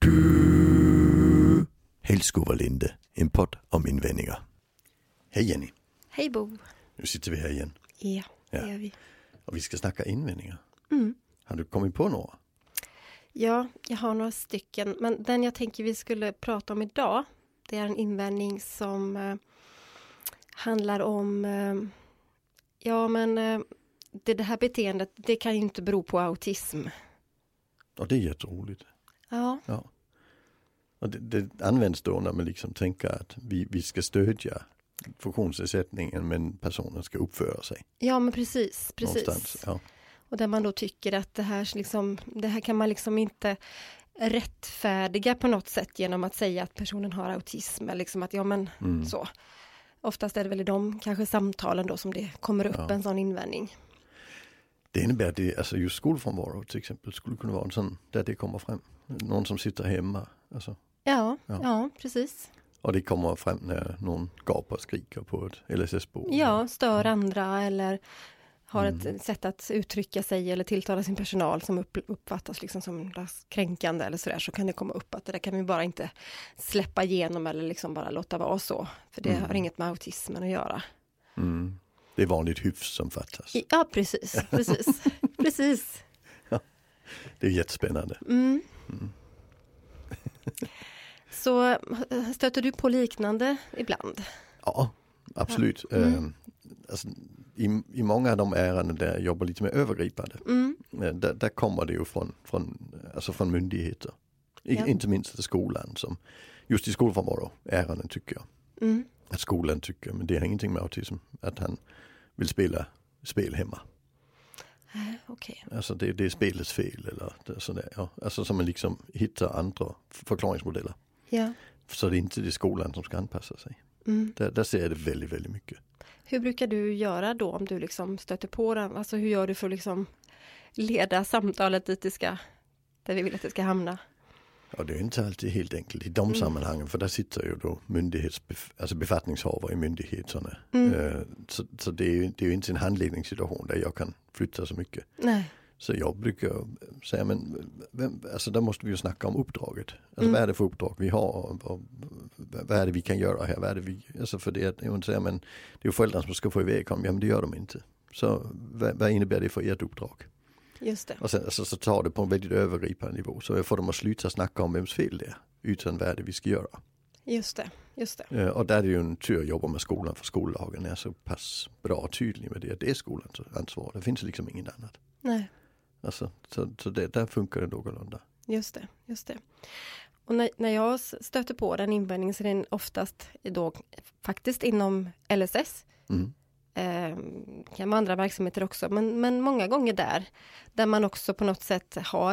Hällskovalinde, en podd om invändningar. Hej Jenny. Hej Bo. Nu sitter vi här igen. Ja, det gör vi. Och vi ska snacka invändningar. Mm. Har du kommit på några? Ja, jag har några stycken. Men den jag tänker vi skulle prata om idag, det är en invändning som handlar om det här beteendet, det kan ju inte bero på autism. Och det är jätteroligt. Ja. Och det används då när man liksom tänker att vi ska stödja funktionsnedsättningen men personen ska uppföra sig. Ja, men precis. Ja. Och där man då tycker att det här kan man liksom inte rättfärdiga på något sätt genom att säga att personen har autism. Eller liksom att så. Oftast är det väl i de kanske samtalen då som det kommer upp en sån invändning. Det innebär att just skolfrånvaro till exempel skulle kunna vara en sån där det kommer fram. Någon som sitter hemma. Alltså. Ja, precis. Och det kommer fram när någon gapar och skriker på ett LSS-bord. Ja, stör andra eller har ett sätt att uttrycka sig eller tilltala sin personal som uppfattas liksom som kränkande eller sådär, så kan det komma upp att det där kan vi bara inte släppa igenom eller liksom bara låta vara så. För det har inget med autismen att göra. Mm. Det är vanligt hyfs som fattas. Ja, precis. Ja, det är jättespännande. Så stöter du på liknande ibland? Ja, absolut. I många av de ärenden där jag jobbar lite mer övergripande, där kommer det ju från myndigheter. Inte minst till skolan, som just i skolfrånvaro ärenden tycker jag. Att skolan tycker, men det har ingenting med autism, att han vill spela spel hemma. Okay. Alltså det är spelets fel eller sådär. Ja. Alltså som man liksom hittar andra förklaringsmodeller. Ja. Så det är inte det skolan som ska anpassa sig. Där ser jag det väldigt, väldigt mycket. Hur brukar du göra då om du liksom stöter på den? Alltså hur gör du för att liksom leda samtalet dit där vi vill att det ska hamna? Ja, det är inte alltid helt enkelt i de sammanhangen, för där sitter ju då befattningshavare i myndigheterna. Så det är ju inte en handledningssituation där jag kan flytta så mycket. Nej. Så jag brukar säga, där måste vi ju snacka om uppdraget. Alltså vad är det för uppdrag vi har och vad är det vi kan göra här? Vad är det för det är ju inte säga, men det är ju föräldrarna som ska få iväg honom. Ja, men det gör de inte. Så vad innebär det för ert uppdrag? Just det. Och sen så tar det på en väldigt övergripande nivå. Så jag får dem att sluta snacka om vems fel det är. Utan vad är det vi ska göra. Just det. Och där är det ju en tur att jobba med skolan, för skollagen är så pass bra och tydlig med det. Att det är skolans ansvar. Det finns liksom inget annat. Nej. Alltså, så där funkar det någorlunda. Just det. Och när jag stöter på den invändningen så är den oftast då faktiskt inom LSS. Kan vara andra verksamheter också, men många gånger där man också på något sätt har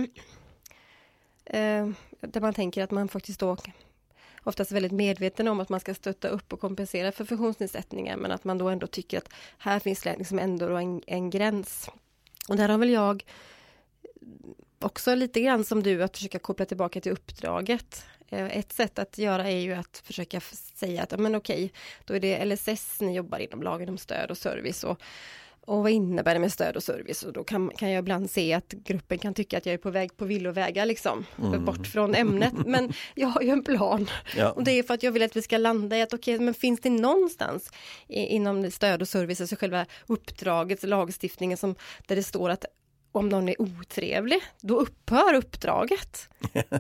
där man tänker att man faktiskt då oftast är väldigt medveten om att man ska stötta upp och kompensera för funktionsnedsättningar, men att man då ändå tycker att här finns liksom ändå en gräns. Och där har väl jag också lite grann som du att försöka koppla tillbaka till uppdraget. Ett sätt att göra är ju att försöka säga att men okej, då är det LSS ni jobbar inom lagen om stöd och service och vad innebär det med stöd och service? Och då kan jag ibland se att gruppen kan tycka att jag är på väg på villovägar liksom, bort från ämnet. Men jag har ju en plan. Ja. Och det är för att jag vill att vi ska landa i att okej, men finns det någonstans inom stöd och service, alltså själva uppdraget, lagstiftningen där det står att om någon är otrevlig, då upphör uppdraget.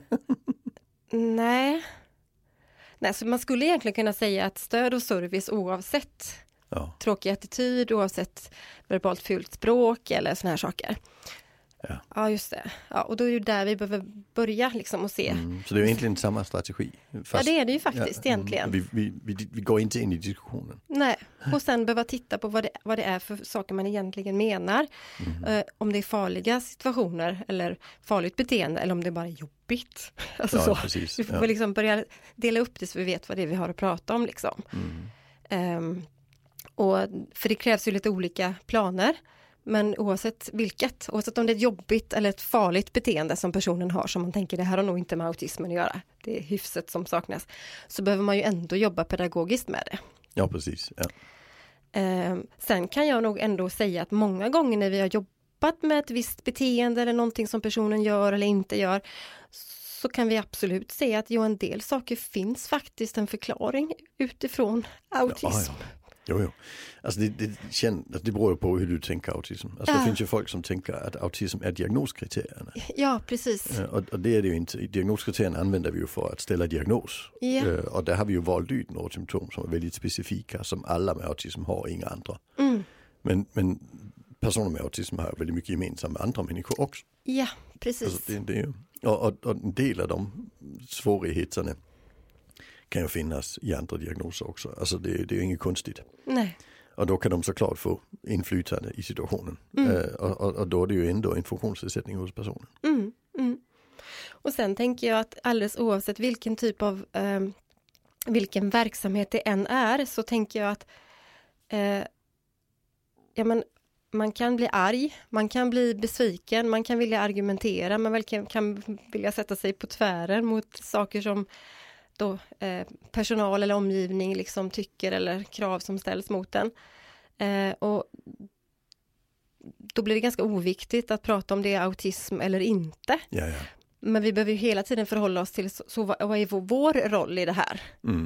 Nej, så man skulle egentligen kunna säga att stöd och service oavsett tråkig attityd, oavsett verbalt fult språk eller såna här saker. Ja, just det. Ja, och då är det där vi behöver börja liksom och se. Så det är egentligen samma strategi. Ja, det är det ju faktiskt egentligen. Vi går inte in i diskussionen. Nej, och sen behöva titta på vad det är för saker man egentligen menar. Om det är farliga situationer eller farligt beteende eller om det bara är jobbigt. Alltså så. Precis. Vi får liksom börja dela upp det så vi vet vad det är vi har att prata om liksom. Och för det krävs ju lite olika planer. Men oavsett om det är ett jobbigt eller ett farligt beteende som personen har, som man tänker det här har nog inte med autismen att göra, det är hyfset som saknas, så behöver man ju ändå jobba pedagogiskt med det. Ja, precis. Ja. Sen kan jag nog ändå säga att många gånger när vi har jobbat med ett visst beteende eller någonting som personen gör eller inte gör, så kan vi absolut se att en del saker finns faktiskt en förklaring utifrån autism. Jo. Alltså det beror ju på hur du tänker autism. Alltså det finns ju folk som tänker att autism är diagnoskriterierna. Ja, precis. Och det är det ju inte. Diagnoskriterierna använder vi ju för att ställa diagnos. Ja. Och där har vi ju valt ut några symptom som är väldigt specifika som alla med autism har, inga andra. Men personer med autism har väldigt mycket gemensamt med andra människor också. Ja, precis. Alltså det är ju, och en del av de svårigheterna kan ju finnas i andra diagnoser också. Alltså det är ju inget konstigt. Nej. Och då kan de såklart få inflytande i situationen. Och då är det ju ändå en funktionsnedsättning hos personen. Och sen tänker jag att alldeles oavsett vilken typ av vilken verksamhet det än är, så tänker jag att man kan bli arg, man kan bli besviken, man kan vilja argumentera, man kan vilja sätta sig på tvären mot saker som då personal eller omgivning liksom tycker, eller krav som ställs mot den. Och då blir det ganska oviktigt att prata om det är autism eller inte. Ja. Men vi behöver ju hela tiden förhålla oss till vad är vår roll i det här.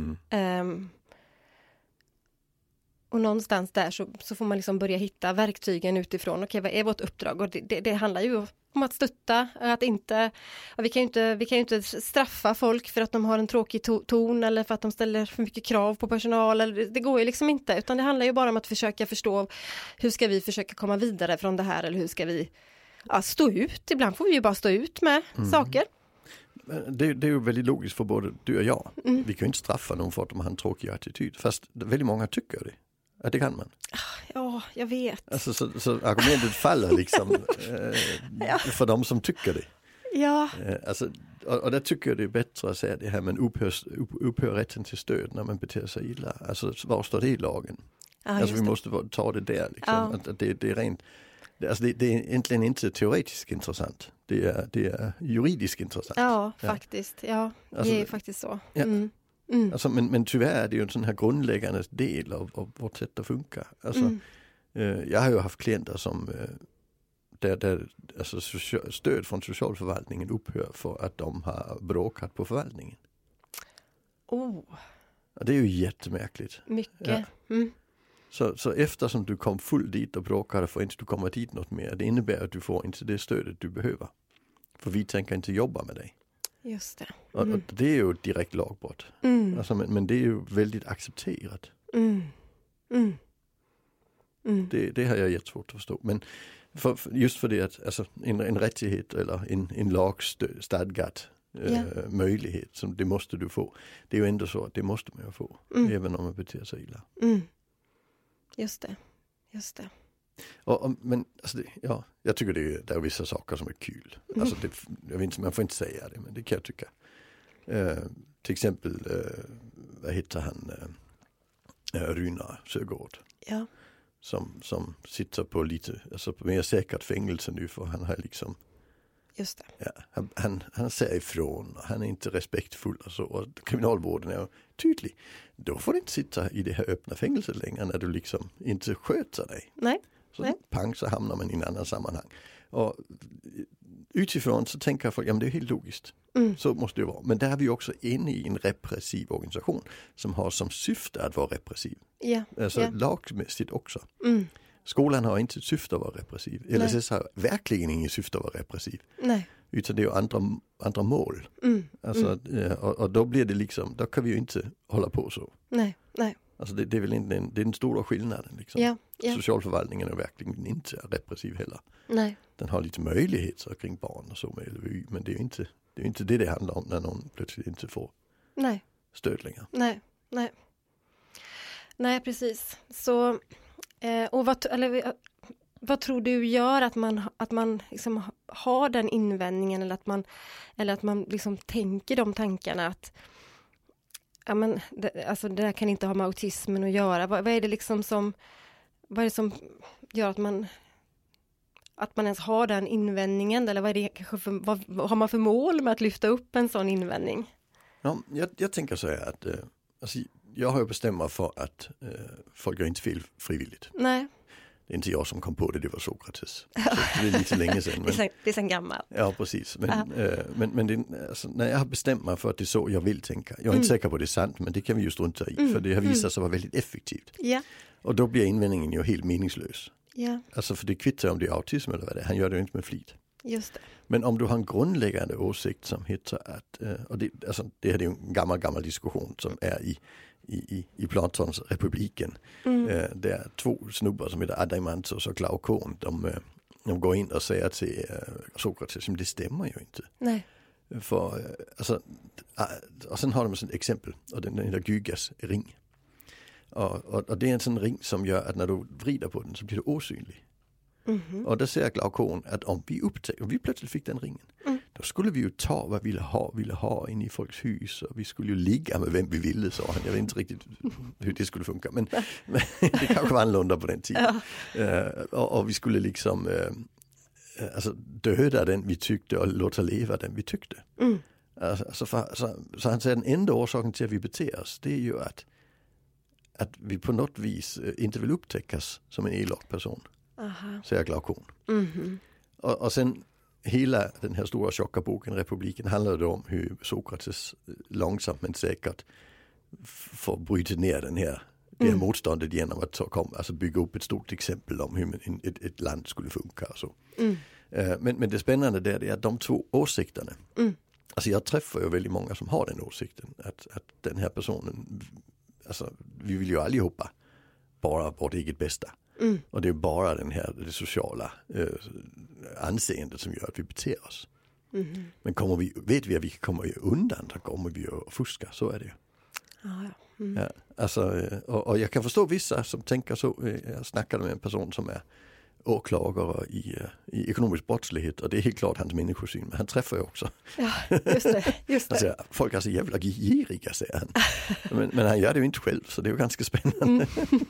Och någonstans där så får man liksom börja hitta verktygen utifrån. Okej, vad är vårt uppdrag? Och det handlar ju om att stötta, att inte... Vi kan ju inte straffa folk för att de har en tråkig ton eller för att de ställer för mycket krav på personal. Det går ju liksom inte, utan det handlar ju bara om att försöka förstå hur ska vi försöka komma vidare från det här, eller hur ska vi stå ut. Ibland får vi ju bara stå ut med saker. Det är ju väldigt logiskt för både du och jag. Vi kan ju inte straffa någon för att de har en tråkig attityd. Fast väldigt många tycker det. Ja, det kan man. Ja, jag vet. Alltså, så argumentet faller liksom för de som tycker det. Ja. Alltså, och där tycker jag det är bättre att säga det här med upphör rätten till stöd när man beter sig illa. Alltså, var står det i lagen? Alltså vi måste ta det där liksom. Att det är rent... Alltså det är egentligen inte teoretiskt intressant. Det är juridiskt intressant. Ja, faktiskt. Ja, alltså, det är faktiskt så. Ja. Alltså, men tyvärr är det ju en sån här grundläggande del av vårt sätt att funka. Alltså, jag har ju haft klienter som där alltså, stöd från socialförvaltningen upphör för att de har bråkat på förvaltningen. Ja, det är ju jättemärkligt. Mycket. Ja. Så eftersom du kom full dit och bråkade för inte du kommer dit något mer, det innebär att du får inte det stödet du behöver. För vi tänker inte jobba med dig. Just det. Och det är ju ett direkt lagbrott. Alltså, men det är ju väldigt accepterat. Det har jag jättesvårt att förstå. Men just för det att alltså, en rättighet eller en lagstadgad möjlighet som det måste du få. Det är ju ändå så att det måste man ju få. Även om man beter sig illa. Just det. Men alltså jag tycker det är vissa saker som är kul. Alltså jag vet inte, man får inte säga det, men det kan jag tycka. Till exempel, vad heter han? Runar Sögaard. Ja. Som sitter på lite, alltså på mer säkert fängelse nu, för han har liksom... Just det. Ja, han säger ifrån, han är inte respektfull och så. Och kriminalvården är tydlig. Då får du inte sitta i det här öppna fängelset längre när du liksom inte sköter dig. Nej. Så pang, så hamnar man i en annan sammanhang. Och utifrån så tänker jag, ja men det är helt logiskt. Så måste det vara. Men där är vi också inne i en repressiv organisation som har som syfte att vara repressiv. Alltså lagmässigt också. Skolan har inte ett syfte att vara repressiv. LSS har verkligen inget syfte att vara repressiv. Nej. Utan det är ju andra mål. Alltså, och då blir det liksom, då kan vi ju inte hålla på så. Nej. Alltså det är väl inte den stora skillnaden. Liksom. Socialförvaltningen är verkligen inte repressiv heller. Nej. Den har lite möjligheter kring barn och så med LVU. Men det är ju inte det handlar om när någon plötsligt inte får stöd längre. Nej, precis. Så, och vad tror du gör att man liksom har den invändningen, eller att man liksom tänker de tankarna att ja, men det där kan inte ha med autismen att göra. Vad är det liksom som gör att man ens har den invändningen, eller vad är det kanske vad har man för mål med att lyfta upp en sån invändning? Ja, jag tänker så här att alltså, jag har ju bestämt mig för att folk gör inte fel frivilligt. Nej. det är inte jag som kom på det var Sokrates. Så det är lite länge sedan. Men, det är sen gammalt. Ja, precis. Men det, alltså, när jag har bestämt mig för att det är så jag vill tänka. Jag är inte säker på att det är sant, men det kan vi ju strunta i. För det har visat sig vara väldigt effektivt. Ja. Och då blir invändningen ju helt meningslös. Ja. Alltså för det kvittar om det är autism eller vad det är. Han gör det ju inte med flit. Just det. Men om du har en grundläggande åsikt som heter att, och det här är ju en gammal diskussion som är i Platons republiken. Det är 2 snubbar som heter Adeimantos och Glaukon. De går in och säger till Sokrates att det stämmer ju inte. Nej. För, alltså, och sen har de ett exempel, och den heter Gygas ring. Och det är en sån ring som gör att när du vrider på den så blir du osynlig. Och där säger Glaukon att om vi plötsligt fick den ringen, då skulle vi ju ta vad vi ville ha in i folks hus, och vi skulle ju ligga med vem vi ville, sa han. Jag vet inte riktigt hur det skulle funka, men det kanske var annorlunda på den tiden. Och vi skulle liksom alltså döda den vi tyckte och låta leva den vi tyckte. Så han säger den enda orsaken till att vi beter oss, det är ju att vi på något vis inte vill upptäckas som en elak person. Säger Glaukon. Och sen hela den här stora tjocka boken Republiken handlar det om hur Sokrates långsamt men säkert får bryta ner det här motståndet genom att bygga upp ett stort exempel om hur ett land skulle funka och så. Men det spännande där är att de 2 åsikterna, alltså jag träffar ju väldigt många som har den åsikten att den här personen, alltså vi vill ju allihopa bara vårt eget bästa. Och det är bara det sociala anseendet som gör att vi beter oss. Men vet vi att vi kommer undan, då kommer vi att fuska, så är det ju. Ja, alltså, och jag kan förstå vissa som tänker så. Jag snackade med en person som är åklagare i ekonomisk brottslighet, och det är helt klart hans människosyn, men han träffar ju också. Ja, just det. Alltså, folk är så jävla giriga, säger han. Men han gör det ju inte själv, så det är ju ganska spännande.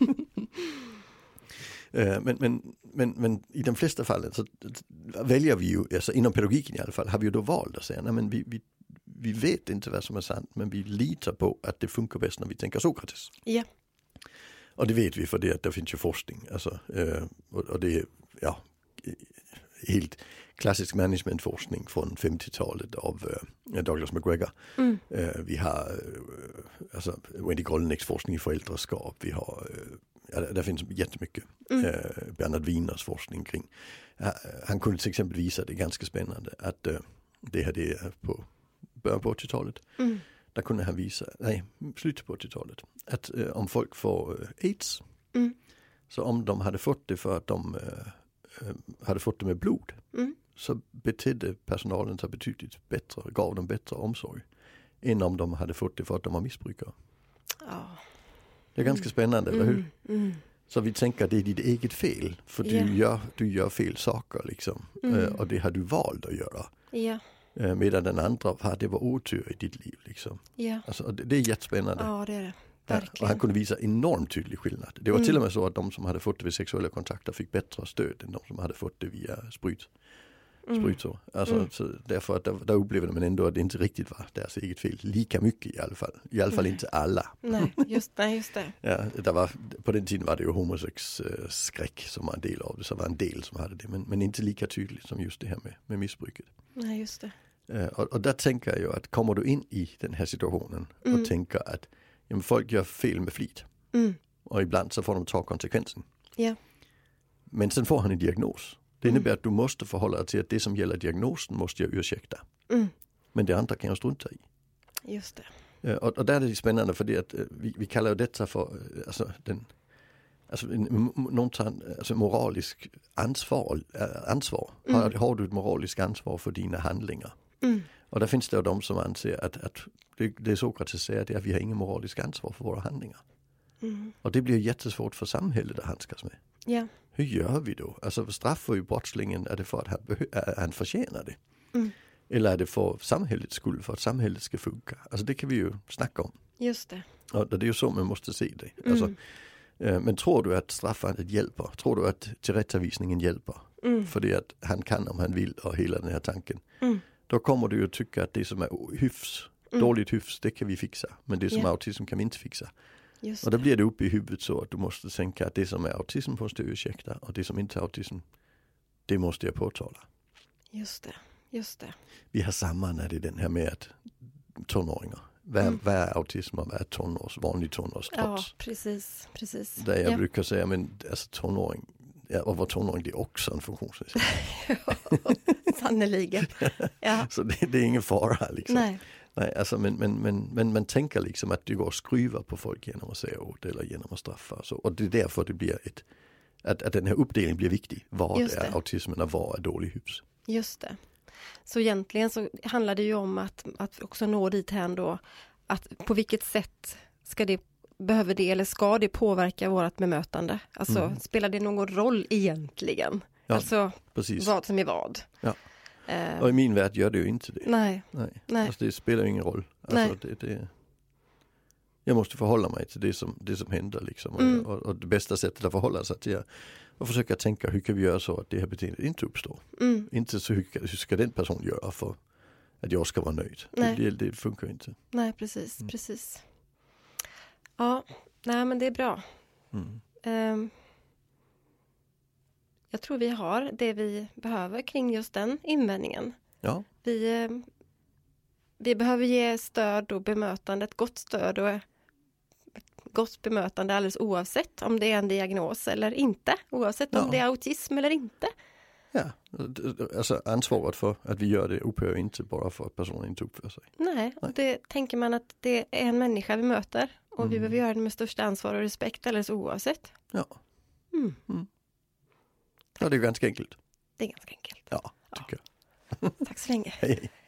Men i de flesta fallen så väljer vi ju, alltså inom pedagogiken i alla fall, har vi ju då valt att säga, nej men vi vet inte vad som är sant, men vi litar på att det funkar bäst när vi tänker Sokrates. Ja. Och det vet vi för det finns ju forskning, alltså, och det är helt klassisk managementforskning från 50-talet av Douglas McGregor. Vi har alltså Wendy Grollnecks forskning i föräldraskap, vi har där finns jättemycket. Bernhard Wieners forskning kring. Han kunde till exempel visa, det är ganska spännande, att det är på början på 80-talet. Där kunde han visa, slutet på 80-talet, att om folk får AIDS, så om de hade fått det för att de hade fått det med blod, så betedde personalen sig betydligt bättre, gav dem bättre omsorg än om de hade fått det för att de var missbrukare. Det är ganska spännande, eller hur? Så vi tänker att det är ditt eget fel, för du gör fel saker liksom, och det har du valt att göra. Medan den andra det var otur i ditt liv liksom. Alltså, det är jättespännande. Ja, det är det. Och han kunde visa enormt tydlig skillnad. Det var till och med så att de som hade fått det vid sexuella kontakter fick bättre stöd än de som hade fått det via sprutor. Alltså, så därför att där upplevde man ändå att det inte riktigt var deras eget fel. Lika mycket i alla fall. I alla fall inte alla. Nej, just det. Ja, på den tiden var det ju homosex-skräck som var en del av det. Så var en del som hade det. Men inte lika tydligt som just det här med missbruket. Nej, just det. Och där tänker jag ju att kommer du in i den här situationen och tänker att folk gör fel med flit. Och ibland så får de ta konsekvensen. Men sen får han en diagnos. Det innebär att du måste förhålla dig till att det som gäller diagnosen måste jag ursäkta. Men det andra kan jag strunta i. Just det. Och där är det spännande, för det att vi kallar ju detta för moralisk ansvar. Har du ett moraliskt ansvar för dina handlingar? Och där finns det de som anser att det Sokrates säger, det är att vi har ingen moralisk ansvar för våra handlingar. Och det blir jättesvårt för samhället att handskas med. Ja. Hur gör vi då? Alltså straffar ju brottslingen, är det för att han förtjänar det? Eller är det för samhällets skull, för att samhället ska funka? Alltså det kan vi ju snacka om. Just det. Och det är ju så man måste se det. Alltså, men tror du att straffandet hjälper? Tror du att tillrättavisningen hjälper? För det att han kan om han vill, och hela den här tanken. Då kommer du ju tycka att det som är dåligt hyfs, det kan vi fixa. Men det som är autism kan vi inte fixa. Just Och då blir det uppe i huvudet så att du måste tänka att det som är autism måste jag ursäkta och det som inte är autism, det måste jag påtala. Just det. Vi har samma när det är den här med att tonåringar. Vad är autism och vad är vanlig tonårstrots? Ja, precis. Där jag brukar säga, men alltså tonåring, och vara tonåring, det är också en funktionsnedsättning. Sannoliken. Ja. Så det är ingen fara liksom. Nej, alltså, men man tänker liksom att det går att skruva på folk genom att säga åt eller genom att straffa. Så. Och det är därför det blir att den här uppdelningen blir viktig. Vad är autismen och vad är dålig hus? Just det. Så egentligen så handlar det ju om att också nå dit här då, att på vilket sätt behöver det eller ska det påverka vårat bemötande? Alltså spelar det någon roll egentligen? Ja, alltså precis. Vad som är vad? Ja. Och i min värld gör det ju inte det. Nej. Alltså det spelar ju ingen roll. Alltså jag måste förhålla mig till det som händer liksom. Och det bästa sättet att förhålla sig till och försöka tänka hur kan vi göra så att det här beteendet inte uppstår. Inte så hur ska den person göra för att jag ska vara nöjd. Det funkar inte. Nej, precis. Ja, nej men det är bra. Jag tror vi har det vi behöver kring just den invändningen. Ja. Vi behöver ge stöd och bemötande, ett gott stöd och ett gott bemötande alldeles oavsett om det är en diagnos eller inte. Oavsett om det är autism eller inte. Ja, alltså ansvaret för att vi gör det upphör inte bara för att personen inte uppför sig. Nej. Det tänker man att det är en människa vi möter och vi behöver göra det med största ansvar och respekt alldeles oavsett. Ja. Ja, det är ganska enkelt. Det är ganska enkelt. Ja, tycker jag. Tack så länge. Hej.